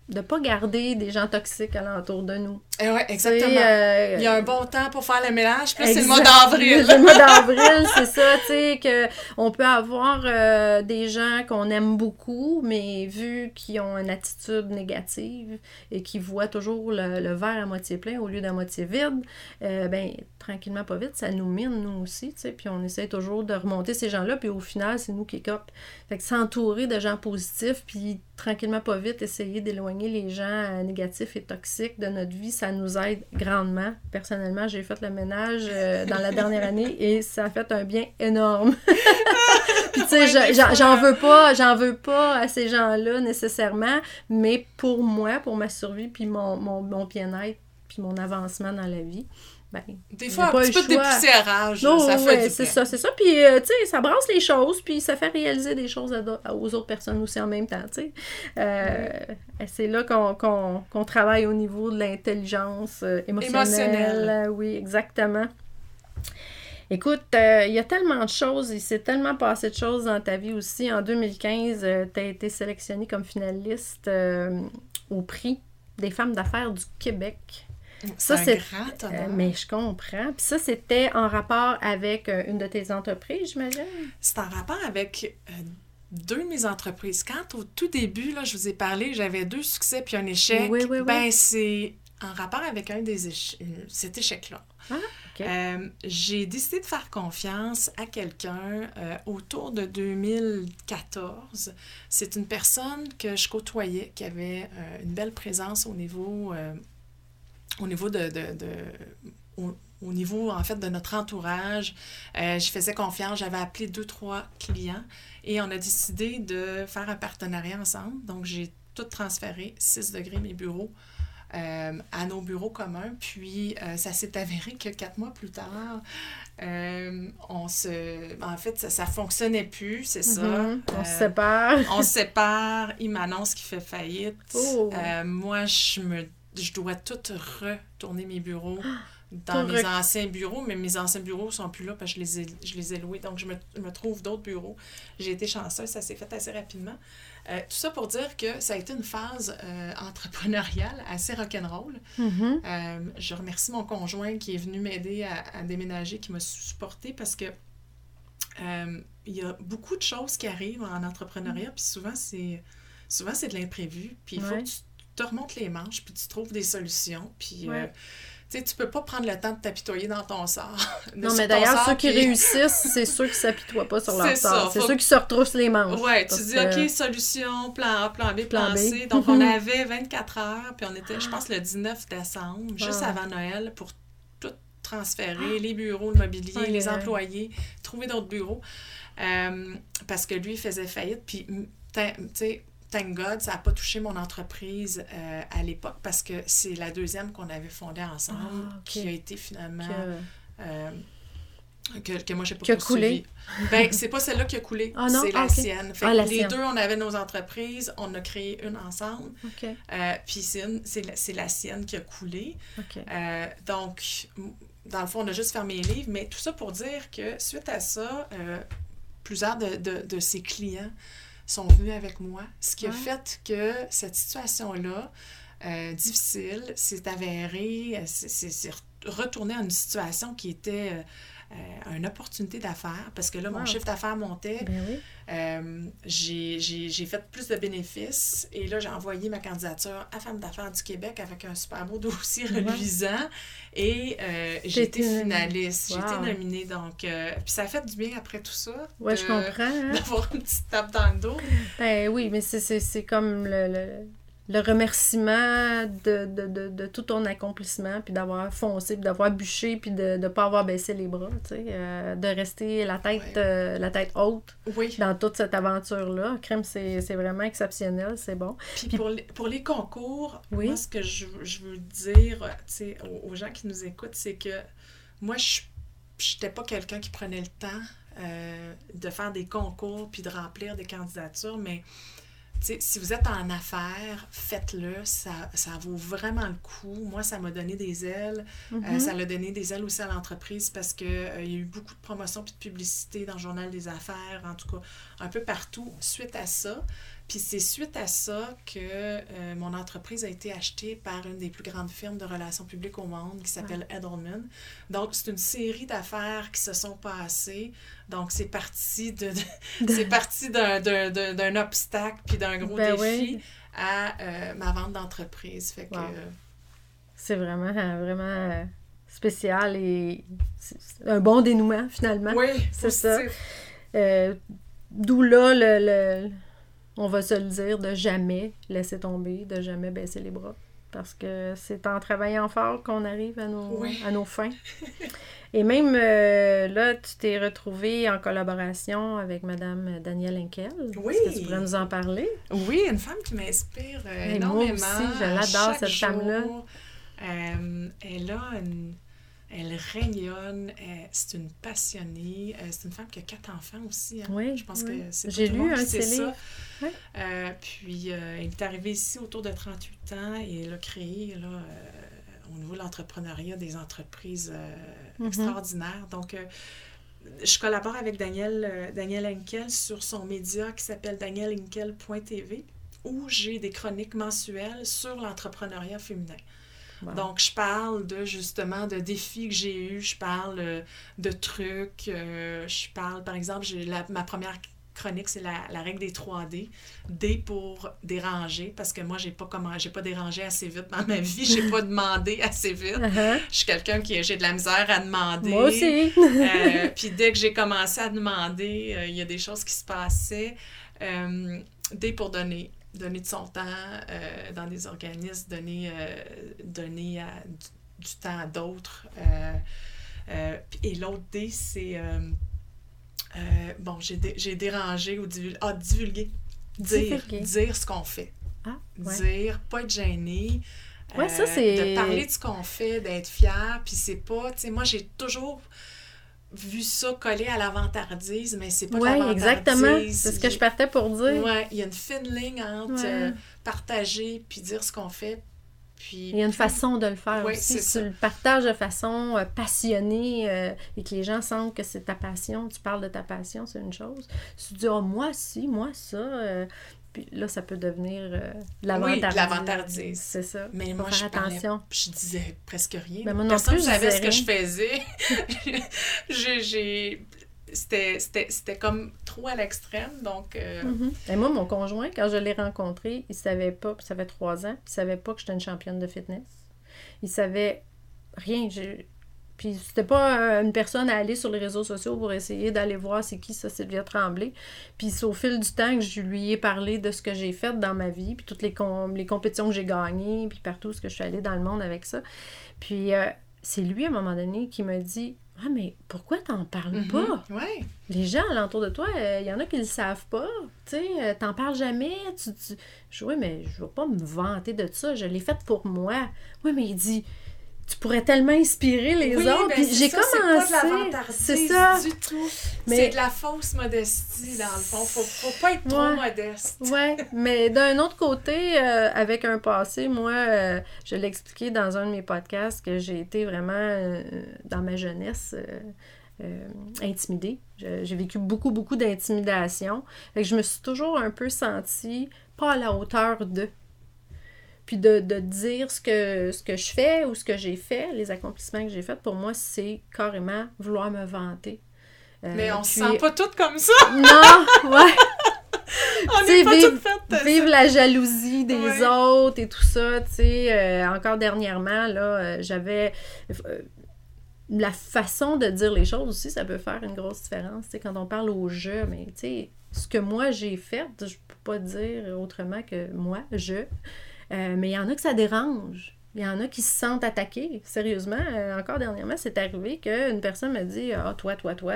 de pas garder des gens toxiques alentour de nous. Eh ouais, exactement. Euh, il y a un bon temps pour faire le ménage, puis là, exact. c'est le mois d'avril. C'est le mois d'avril, c'est ça, tu sais, qu'on peut avoir euh, des gens qu'on aime beaucoup, mais vu qu'ils ont une attitude négative et qui voient toujours le, le verre à moitié plein au lieu d'à moitié vide, euh, ben tranquillement, pas vite, ça nous mine, nous aussi, tu sais, puis on essaie toujours de remonter ces gens-là, puis au final, c'est nous qui écopent. Fait que s'entourer de gens positifs, puis tranquillement, pas vite, essayer d'éloigner les gens euh, négatifs et toxiques de notre vie, ça nous aide grandement. Personnellement, j'ai fait le ménage euh, dans la dernière année et ça a fait un bien énorme. Puis tu sais, ouais, j'en, j'en veux pas, j'en veux pas à ces gens-là nécessairement, mais pour moi, pour ma survie, puis mon, mon, mon bien-être, puis mon avancement dans la vie, ben, des fois, un petit peu de dépoussiérage, non, ça fait ouais, du c'est bien. ça, c'est ça. Puis, euh, tu sais, ça brasse les choses, puis ça fait réaliser des choses à do- aux autres personnes aussi en même temps, tu sais. Euh, oui. C'est là qu'on, qu'on, qu'on travaille au niveau de l'intelligence euh, émotionnelle. Émotionnelle. Euh, oui, exactement. Écoute, il euh, y a tellement de choses, il s'est tellement passé de choses dans ta vie aussi. En deux mille quinze, euh, tu as été sélectionnée comme finaliste euh, au prix des femmes d'affaires du Québec. C'est ça, un c'est grand honneur. Euh, mais je comprends. Puis ça, c'était en rapport avec euh, une de tes entreprises, j'imagine? C'est en rapport avec euh, deux de mes entreprises. Quand au tout début, là, je vous ai parlé, j'avais deux succès puis un échec, oui, oui, oui. ben c'est en rapport avec un des éche- cet échec-là. Ah, OK. Euh, j'ai décidé de faire confiance à quelqu'un euh, autour de deux mille quatorze. C'est une personne que je côtoyais, qui avait euh, une belle présence au niveau... Euh, au niveau de, de, de au, au niveau en fait de notre entourage. Euh, je faisais confiance, j'avais appelé deux, trois clients et on a décidé de faire un partenariat ensemble. Donc, j'ai tout transféré, six degrés mes bureaux, euh, à nos bureaux communs. Puis, euh, ça s'est avéré que quatre mois plus tard, euh, on se... En fait, ça, ça fonctionnait plus, c'est ça. Mm-hmm. On euh, se sépare. On se sépare, il m'annonce qu'il fait faillite. Oh. Euh, moi, je me je dois tout retourner mes bureaux dans Pour mes rec- anciens bureaux, mais mes anciens bureaux sont plus là parce que je les ai, je les ai loués. Donc, je me, je me trouve d'autres bureaux. J'ai été chanceuse, ça s'est fait assez rapidement. Euh, tout ça pour dire que ça a été une phase euh, entrepreneuriale assez rock'n'roll. Mm-hmm. Euh, je remercie mon conjoint qui est venu m'aider à, à déménager, qui m'a supporté parce que euh, il y a beaucoup de choses qui arrivent en entrepreneuriat, puis souvent, c'est, souvent, c'est de l'imprévu. Puis il faut Ouais. que tu te remontes les manches, puis tu trouves des solutions, puis Ouais. euh, tu sais, tu peux pas prendre le temps de t'apitoyer dans ton sort. Non, mais d'ailleurs, ceux qui puis... réussissent, c'est ceux qui s'apitoient pas sur leur c'est sort. C'est faut... ceux qui se retroussent les manches. Ouais, tu dis, que... OK, solution, plan A, plan B, plan, plan C. B. Donc, on avait vingt-quatre heures, puis on était, je pense, le dix-neuf décembre, wow. juste avant Noël, pour tout transférer, les bureaux, le mobilier, okay. les employés, trouver d'autres bureaux, euh, parce que lui, il faisait faillite, puis, tu sais, thank God, ça n'a pas touché mon entreprise euh, à l'époque parce que c'est la deuxième qu'on avait fondée ensemble ah, okay. qui a été finalement... Que, euh, que, que moi, je n'ai pas qui a coulé. Ben, c'est pas celle-là qui a coulé, ah, c'est la okay. sienne. Fait ah, que la les sienne. deux, on avait nos entreprises, on a créé une ensemble. Okay. Euh, Puis c'est, une, c'est, la, c'est la sienne qui a coulé. Okay. Euh, donc, dans le fond, on a juste fermé les livres, mais tout ça pour dire que suite à ça, euh, plusieurs de, de, de ses clients sont venus avec moi, ce qui a ouais. fait que cette situation-là, euh, difficile, s'est avérée, c'est, c'est, c'est retourné à une situation qui était euh, une opportunité d'affaires, parce que là, mon wow. chiffre d'affaires montait, ben oui. euh, j'ai, j'ai, j'ai fait plus de bénéfices, et là, j'ai envoyé ma candidature à Femmes d'affaires du Québec avec un super beau dossier ouais. reluisant, et euh, j'ai été finaliste, wow. j'ai été nominée, donc, euh, puis ça a fait du bien après tout ça. Oui, de, je comprends. Hein? D'avoir une petite tape dans le dos. Ben oui, mais c'est, c'est, c'est comme le... le... le remerciement de, de, de, de tout ton accomplissement, puis d'avoir foncé, puis d'avoir bûché, puis de ne pas avoir baissé les bras, tu sais, euh, de rester la tête, ouais. euh, la tête haute oui. dans toute cette aventure-là. Crème, c'est, c'est vraiment exceptionnel, c'est bon. Puis, puis pour, les, pour les concours, oui. moi, ce que je, je veux dire, tu sais, aux, aux gens qui nous écoutent, c'est que moi, je n'étais pas quelqu'un qui prenait le temps euh, de faire des concours puis de remplir des candidatures, mais T'sais, si vous êtes en affaires, faites-le, ça, ça vaut vraiment le coup. Moi, ça m'a donné des ailes. Mm-hmm. Euh, ça l'a donné des ailes aussi à l'entreprise parce qu'il euh, y a eu beaucoup de promotions et de publicité dans le Journal des affaires, en tout cas, un peu partout, suite à ça. Puis c'est suite à ça que euh, mon entreprise a été achetée par une des plus grandes firmes de relations publiques au monde qui s'appelle ouais. Edelman. Donc, c'est une série d'affaires qui se sont passées. Donc, c'est parti de, de c'est parti d'un, d'un, d'un, d'un obstacle puis d'un gros ben défi oui. à euh, ma vente d'entreprise. Fait que... Wow. Euh, c'est vraiment, vraiment spécial et c'est un bon dénouement, finalement. Oui, c'est ça. Euh, d'où là, le, le, on va se le dire, de jamais laisser tomber, de jamais baisser les bras. Parce que c'est en travaillant fort qu'on arrive à nos, oui. à nos fins. Et même euh, là, tu t'es retrouvée en collaboration avec Mme Danielle Henkel. Oui. Est-ce que tu pourrais nous en parler? Oui, une femme qui m'inspire euh, énormément. Moi aussi, je l'adore, cette jour, femme-là. Euh, elle a une... Elle rayonne, elle, c'est une passionnée, euh, c'est une femme qui a quatre enfants aussi. Hein. Oui, je pense oui. que c'est J'ai tout lu le monde un qui sait ça. Oui. Euh, puis, euh, elle est arrivée ici autour de trente-huit ans et elle a créé, là, euh, au niveau de l'entrepreneuriat, des entreprises euh, mm-hmm. extraordinaires. Donc, euh, je collabore avec Danielle, euh, Danielle Henkel sur son média qui s'appelle danielle henkel point t v où j'ai des chroniques mensuelles sur l'entrepreneuriat féminin. Wow. Donc, je parle de, justement, de défis que j'ai eus, je parle euh, de trucs, euh, je parle, par exemple, j'ai la, ma première chronique, c'est la, la règle des trois D. D pour déranger, parce que moi, j'ai pas comment, j'ai pas dérangé assez vite dans ma vie, j'ai pas demandé assez vite. Uh-huh. Je suis quelqu'un qui, j'ai de la misère à demander. Moi aussi! euh, puis dès que j'ai commencé à demander, euh, il y a des choses qui se passaient. Euh, D pour donner. Donner de son temps euh, dans des organismes, donner, euh, donner à, du, du temps à d'autres. Euh, euh, et l'autre D, c'est... Euh, euh, bon, j'ai, dé, j'ai dérangé ou divulgué. Ah, divulguer. Dire, dire ce qu'on fait. Ah, ouais. Dire, pas être gêné. Ouais, ça, c'est... De parler de ce qu'on fait, d'être fier. Puis c'est pas... Tu sais, moi, j'ai toujours... vu ça collé à la vantardise, mais c'est pas ouais, de la vantardise. Exactement. C'est ce que je partais pour dire. Oui, il y a une fine ligne entre ouais. euh, partager puis dire ce qu'on fait. Puis, il y a une puis... façon de le faire ouais, aussi. C'est tu ça. le partages de façon euh, passionnée euh, et que les gens sentent que c'est ta passion. Tu parles de ta passion, c'est une chose. Si tu dis, oh, moi, si, moi, ça... Euh... Puis là, ça peut devenir euh, de la oui, vantardise. de la vantardise. C'est ça. Mais faut moi, faire je attention. Parlais, je disais presque rien. Ben moi non Personne ne plus, savait je ce que rien. je faisais. j'ai, j'ai... C'était, c'était, c'était comme trop à l'extrême, donc... Euh... Mm-hmm. Et moi, mon conjoint, quand je l'ai rencontré, il savait pas, ça fait trois ans, il savait pas que j'étais une championne de fitness. Il savait rien. J'ai... Puis c'était pas une personne à aller sur les réseaux sociaux pour essayer d'aller voir c'est qui ça, Sylvia Tremblay. Puis c'est au fil du temps que je lui ai parlé de ce que j'ai fait dans ma vie, puis toutes les, com- les compétitions que j'ai gagnées, puis partout ce que je suis allée dans le monde avec ça. Puis euh, c'est lui, à un moment donné, qui m'a dit « Ah, mais pourquoi t'en parles mm-hmm. pas? Ouais. Les gens alentour de toi, il euh, y en a qui le savent pas. Tu sais, euh, t'en parles jamais. Tu, tu... Je dis « Oui, mais je vais pas me vanter de ça. Je l'ai fait pour moi. » Oui, mais il dit... Tu pourrais tellement inspirer les oui, autres. Ben Puis j'ai ça, commencé. C'est pas de la vantardise c'est ça. du tout. Mais... C'est de la fausse modestie, dans le fond. Faut, faut pas être trop ouais. modeste. Oui, mais d'un autre côté, euh, avec un passé, moi, euh, je l'ai expliqué dans un de mes podcasts que j'ai été vraiment, euh, dans ma jeunesse, euh, euh, intimidée. Je, j'ai vécu beaucoup, beaucoup d'intimidation. Fait que je me suis toujours un peu sentie pas à la hauteur de... Puis de, de dire ce que, ce que je fais ou ce que j'ai fait, les accomplissements que j'ai faits, pour moi, c'est carrément vouloir me vanter. Euh, Mais on puis... se sent pas toutes comme ça! Non! Ouais! On n'est pas vivre, toutes faites vivre la jalousie des ouais. autres et tout ça, tu sais. Euh, encore dernièrement, là, euh, j'avais... Euh, la façon de dire les choses aussi, ça peut faire une grosse différence, tu sais, quand on parle au jeu, mais tu sais, ce que moi j'ai fait, je peux pas dire autrement que moi, je... Euh, mais il y en a que ça dérange. Il y en a qui se sentent attaqués. Sérieusement, euh, encore dernièrement, c'est arrivé qu'une personne me dit « Ah, toi, toi, toi. »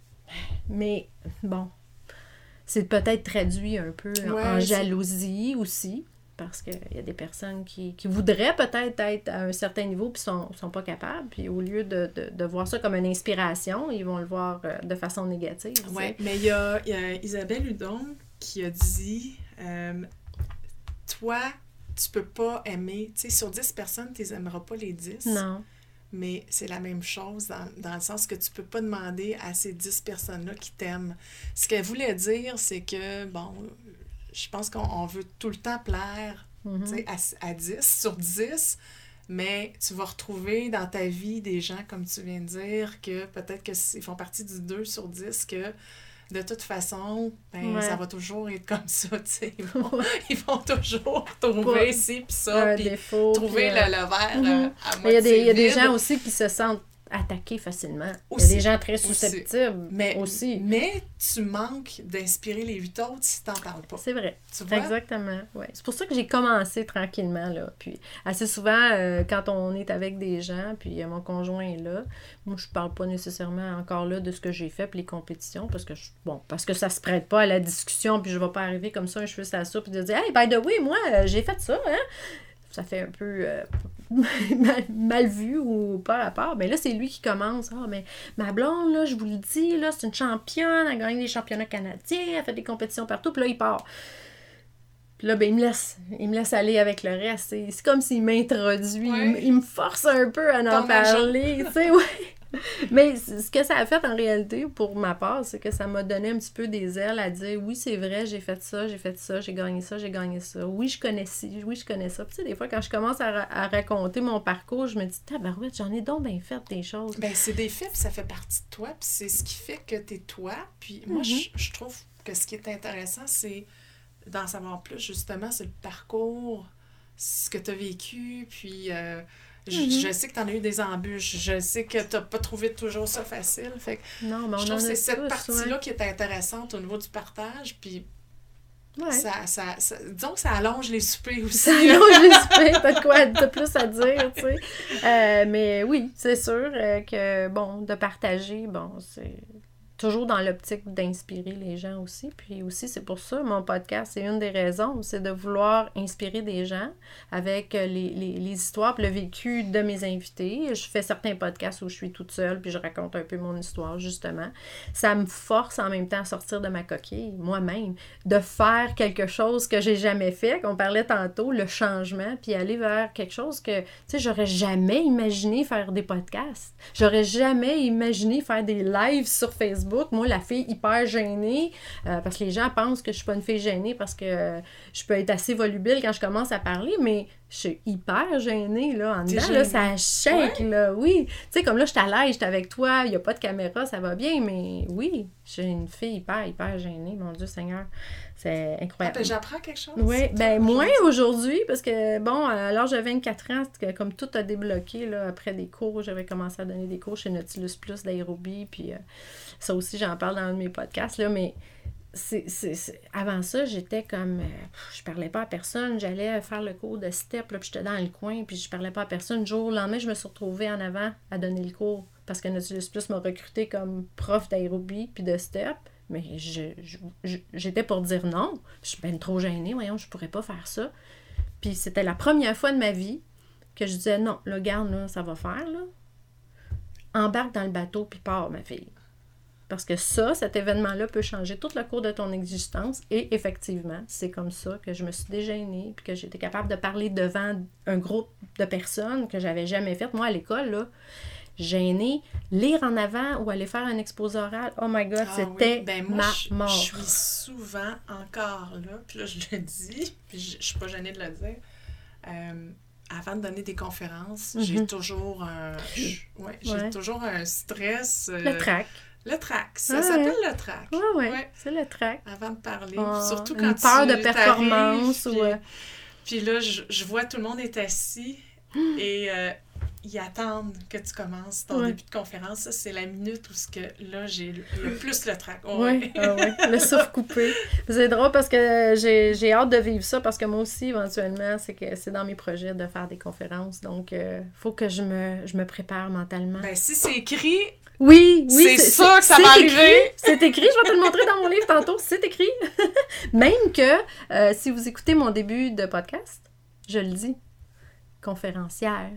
Mais, bon, c'est peut-être traduit un peu ouais, en c'est... jalousie aussi, parce qu'il y a des personnes qui, qui voudraient peut-être être à un certain niveau puis sont, sont pas capables. Puis au lieu de, de, de voir ça comme une inspiration, ils vont le voir de façon négative. Oui, mais il y a, y a Isabelle Hudon qui a dit euh, « Toi, tu peux pas aimer, tu sais, sur dix personnes, tu les aimeras pas les dix. Non. Mais c'est la même chose dans, dans le sens que tu peux pas demander à ces dix personnes-là qui t'aiment. Ce qu'elle voulait dire, c'est que, bon, je pense qu'on on veut tout le temps plaire Mm-hmm. tu sais, à, à dix sur dix, mais tu vas retrouver dans ta vie des gens, comme tu viens de dire, que peut-être qu'ils font partie du deux sur dix, que de toute façon, ben, ouais. ça va toujours être comme ça, tu sais. Ils vont, ils vont toujours trouver ouais. ci puis ça, puis trouver pis, le, le verre mm-hmm. à moitié vide. Il y a des gens aussi qui se sentent attaqués facilement. Aussi, il y a des gens très susceptibles aussi. Mais, aussi. mais tu manques d'inspirer les huit autres si tu n'en parles pas. C'est vrai. Tu vois? Exactement. Ouais. C'est pour ça que j'ai commencé tranquillement. Là. Puis assez souvent, euh, quand on est avec des gens, puis euh, mon conjoint est là, moi, je parle pas nécessairement encore là de ce que j'ai fait, puis les compétitions, parce que, je, bon, parce que ça se prête pas à la discussion, puis je vais pas arriver comme ça, un cheveu sur la soupe, puis de dire « Hey, by the way, moi, euh, j'ai fait ça, hein? » Ça fait un peu euh, mal, mal vu ou pas à part. Mais là, c'est lui qui commence. Ah, mais ma blonde, là, je vous le dis, là, c'est une championne. Elle a gagné des championnats canadiens. Elle fait des compétitions partout. Puis là, il part. Puis là, ben, il me laisse, il me laisse aller avec le reste. C'est, c'est comme s'il m'introduit. Ouais. Il, il me force un peu à en Ton parler. Tu sais, ouais. Mais ce que ça a fait en réalité, pour ma part, c'est que ça m'a donné un petit peu des ailes à dire oui, c'est vrai, j'ai fait ça, j'ai fait ça, j'ai gagné ça, j'ai gagné ça. Oui, je connais ci, oui, je connais ça. Puis tu sais, des fois, quand je commence à, ra- à raconter mon parcours, je me dis, tabarouette, j'en ai donc bien fait des choses. Ben c'est des faits, puis ça fait partie de toi, puis c'est ce qui fait que t'es toi. Puis moi, mm-hmm. je, je trouve que ce qui est intéressant, c'est d'en savoir plus, justement, c'est le parcours, ce que t'as vécu, puis... Euh, Je, mm-hmm. je sais que tu en as eu des embûches. Je sais que tu n'as pas trouvé toujours ça facile. Fait que non, mais on je trouve en que c'est a cette tous, partie-là ouais. qui est intéressante au niveau du partage. Puis, ouais. ça, ça, ça, disons que ça allonge les soupers aussi. Ça allonge les soupers. T'as de quoi de plus à dire, tu sais. Euh, mais oui, c'est sûr euh, que, bon, de partager, bon, c'est... toujours dans l'optique d'inspirer les gens aussi. Puis aussi, c'est pour ça, mon podcast, c'est une des raisons, c'est de vouloir inspirer des gens avec les, les, les histoires et le vécu de mes invités. Je fais certains podcasts où je suis toute seule, puis je raconte un peu mon histoire, justement. Ça me force en même temps à sortir de ma coquille, moi-même, de faire quelque chose que j'ai jamais fait, qu'on parlait tantôt, le changement, puis aller vers quelque chose que, tu sais, j'aurais jamais imaginé faire des podcasts. J'aurais jamais imaginé faire des lives sur Facebook. Moi, la fille hyper gênée, euh, parce que les gens pensent que je suis pas une fille gênée parce que euh, je peux être assez volubile quand je commence à parler, mais je suis hyper gênée, là, en dedans, là, ça shake, ouais. là, oui. Tu sais, comme là, je suis à l'aise, je suis avec toi, il n'y a pas de caméra, ça va bien, mais oui, je suis une fille hyper, hyper gênée, mon Dieu Seigneur, c'est incroyable. Ah, ben, j'apprends quelque chose. Oui, ben moins aujourd'hui, parce que, bon, à l'âge de vingt-quatre ans, que, comme tout a débloqué, là, après des cours, j'avais commencé à donner des cours chez Nautilus Plus d'aérobie, puis euh, ça aussi, j'en parle dans un de mes podcasts, là, mais c'est, c'est, c'est... avant ça, j'étais comme... Euh, je parlais pas à personne, j'allais faire le cours de step, là, puis j'étais dans le coin, puis je parlais pas à personne. Le jour au lendemain, je me suis retrouvée en avant à donner le cours, parce que Nautilus Plus m'a recruté comme prof d'aérobie puis de step, mais je, je, je, j'étais pour dire non. Je suis ben trop gênée, voyons, je pourrais pas faire ça. Puis c'était la première fois de ma vie que je disais non, là, garde, là, ça va faire, là. Embarque dans le bateau, puis pars, ma fille. Parce que ça, cet événement-là peut changer tout le cours de ton existence. Et effectivement, c'est comme ça que je me suis dégênée puis que j'étais capable de parler devant un groupe de personnes que j'avais jamais fait. Moi, à l'école, là, gênée, lire en avant ou aller faire un exposé oral, oh my God, ah, c'était oui. ben, moi, ma je, mort. Je suis souvent encore là, puis là, je le dis, puis je, je suis pas gênée de le dire. Euh, avant de donner des conférences, mm-hmm. j'ai toujours un... Ouais, j'ai ouais. toujours un stress... Euh, le trac. Le trac, ça ah, s'appelle ouais. le trac. Oui, oui, ouais. C'est le trac. Avant de parler, oh, surtout quand une peur tu de performance. Puis, ouais. puis là, je, je vois tout le monde est assis mmh. et euh, ils attendent que tu commences ton ouais. début de conférence. Ça, c'est la minute où ce que, là, j'ai le, le plus le trac. Oh, oui, ouais. ah, ouais. Le souffle coupé. C'est drôle parce que j'ai, j'ai hâte de vivre ça parce que moi aussi, éventuellement, c'est que c'est dans mes projets de faire des conférences. Donc, il euh, faut que je me, je me prépare mentalement. Ben, si c'est écrit... Oui, oui. C'est, c'est ça que ça va arriver. C'est écrit, je vais te le montrer dans mon livre tantôt. C'est écrit. Même que, euh, si vous écoutez mon début de podcast, je le dis, conférencière.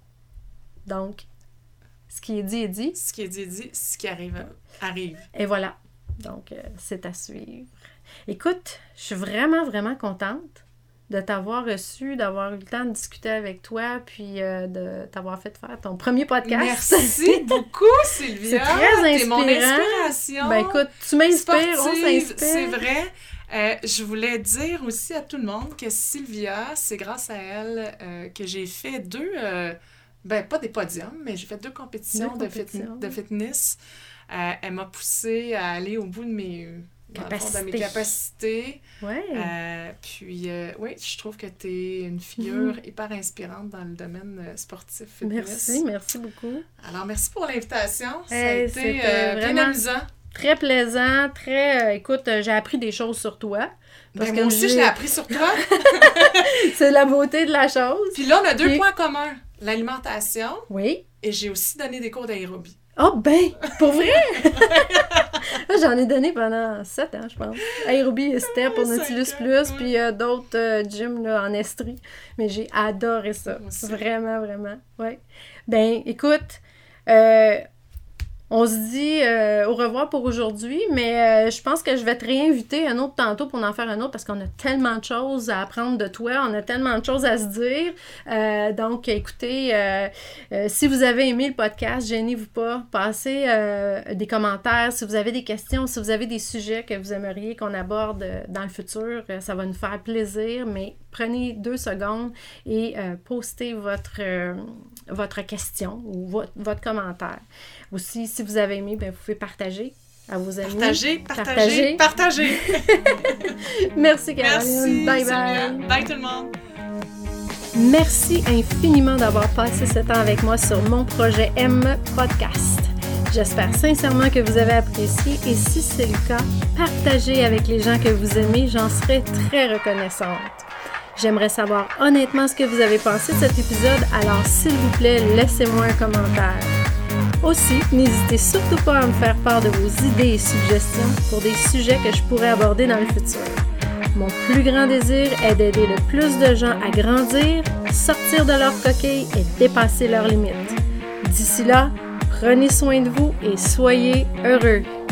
Donc, ce qui est dit est dit. Ce qui est dit est dit, ce qui arrive, arrive. Et voilà. Donc, euh, c'est à suivre. Écoute, je suis vraiment, vraiment contente de t'avoir reçu, d'avoir eu le temps de discuter avec toi, puis euh, de t'avoir fait faire ton premier podcast. Merci beaucoup, Sylvia. C'est très inspirant. T'es mon inspiration. Ben écoute, tu m'inspires, on s'inspire. C'est vrai. Euh, je voulais dire aussi à tout le monde que Sylvia, c'est grâce à elle euh, que j'ai fait deux, euh, ben pas des podiums, mais j'ai fait deux compétitions, deux de, compétitions. Fit, de fitness. Euh, elle m'a poussée à aller au bout de mes, Capacité. de mes capacités. Ouais. Euh, puis, euh, oui, je trouve que tu es une figure mm-hmm. hyper inspirante dans le domaine sportif fitness. Merci, merci beaucoup. Alors, merci pour l'invitation. Ça hey, a été euh, bien amusant. Très plaisant, très... Euh, écoute, euh, j'ai appris des choses sur toi. Parce ben, que moi aussi, j'ai... je l'ai appris sur toi. C'est la beauté de la chose. Puis là, on a deux Puis... points communs. L'alimentation. Oui. Et j'ai aussi donné des cours d'aérobie. Oh, ben, pour vrai? J'en ai donné pendant sept ans, je pense. Aérobie et step pour Nautilus Plus, oui. Puis euh, d'autres euh, gyms là, en Estrie. Mais j'ai adoré ça. Vraiment, vraiment. Ouais. Ben, écoute... Euh, On se dit euh, au revoir pour aujourd'hui, mais euh, je pense que je vais te réinviter un autre tantôt pour en faire un autre parce qu'on a tellement de choses à apprendre de toi, on a tellement de choses à se dire. Euh, donc, écoutez, euh, euh, si vous avez aimé le podcast, gênez-vous pas, passez euh, des commentaires. Si vous avez des questions, si vous avez des sujets que vous aimeriez qu'on aborde dans le futur, ça va nous faire plaisir, mais prenez deux secondes et euh, postez votre, euh, votre question ou votre, votre commentaire. Aussi, si vous avez aimé, bien, vous pouvez partager à vos amis. Partager, partager, partager. Merci, Caroline. Merci, bye, bye. Bye, tout le monde. Merci infiniment d'avoir passé ce temps avec moi sur mon projet M Podcast. J'espère sincèrement que vous avez apprécié et si c'est le cas, partagez avec les gens que vous aimez, j'en serai très reconnaissante. J'aimerais savoir honnêtement ce que vous avez pensé de cet épisode, alors s'il vous plaît, laissez-moi un commentaire. Aussi, n'hésitez surtout pas à me faire part de vos idées et suggestions pour des sujets que je pourrais aborder dans le futur. Mon plus grand désir est d'aider le plus de gens à grandir, sortir de leur coquille et dépasser leurs limites. D'ici là, prenez soin de vous et soyez heureux.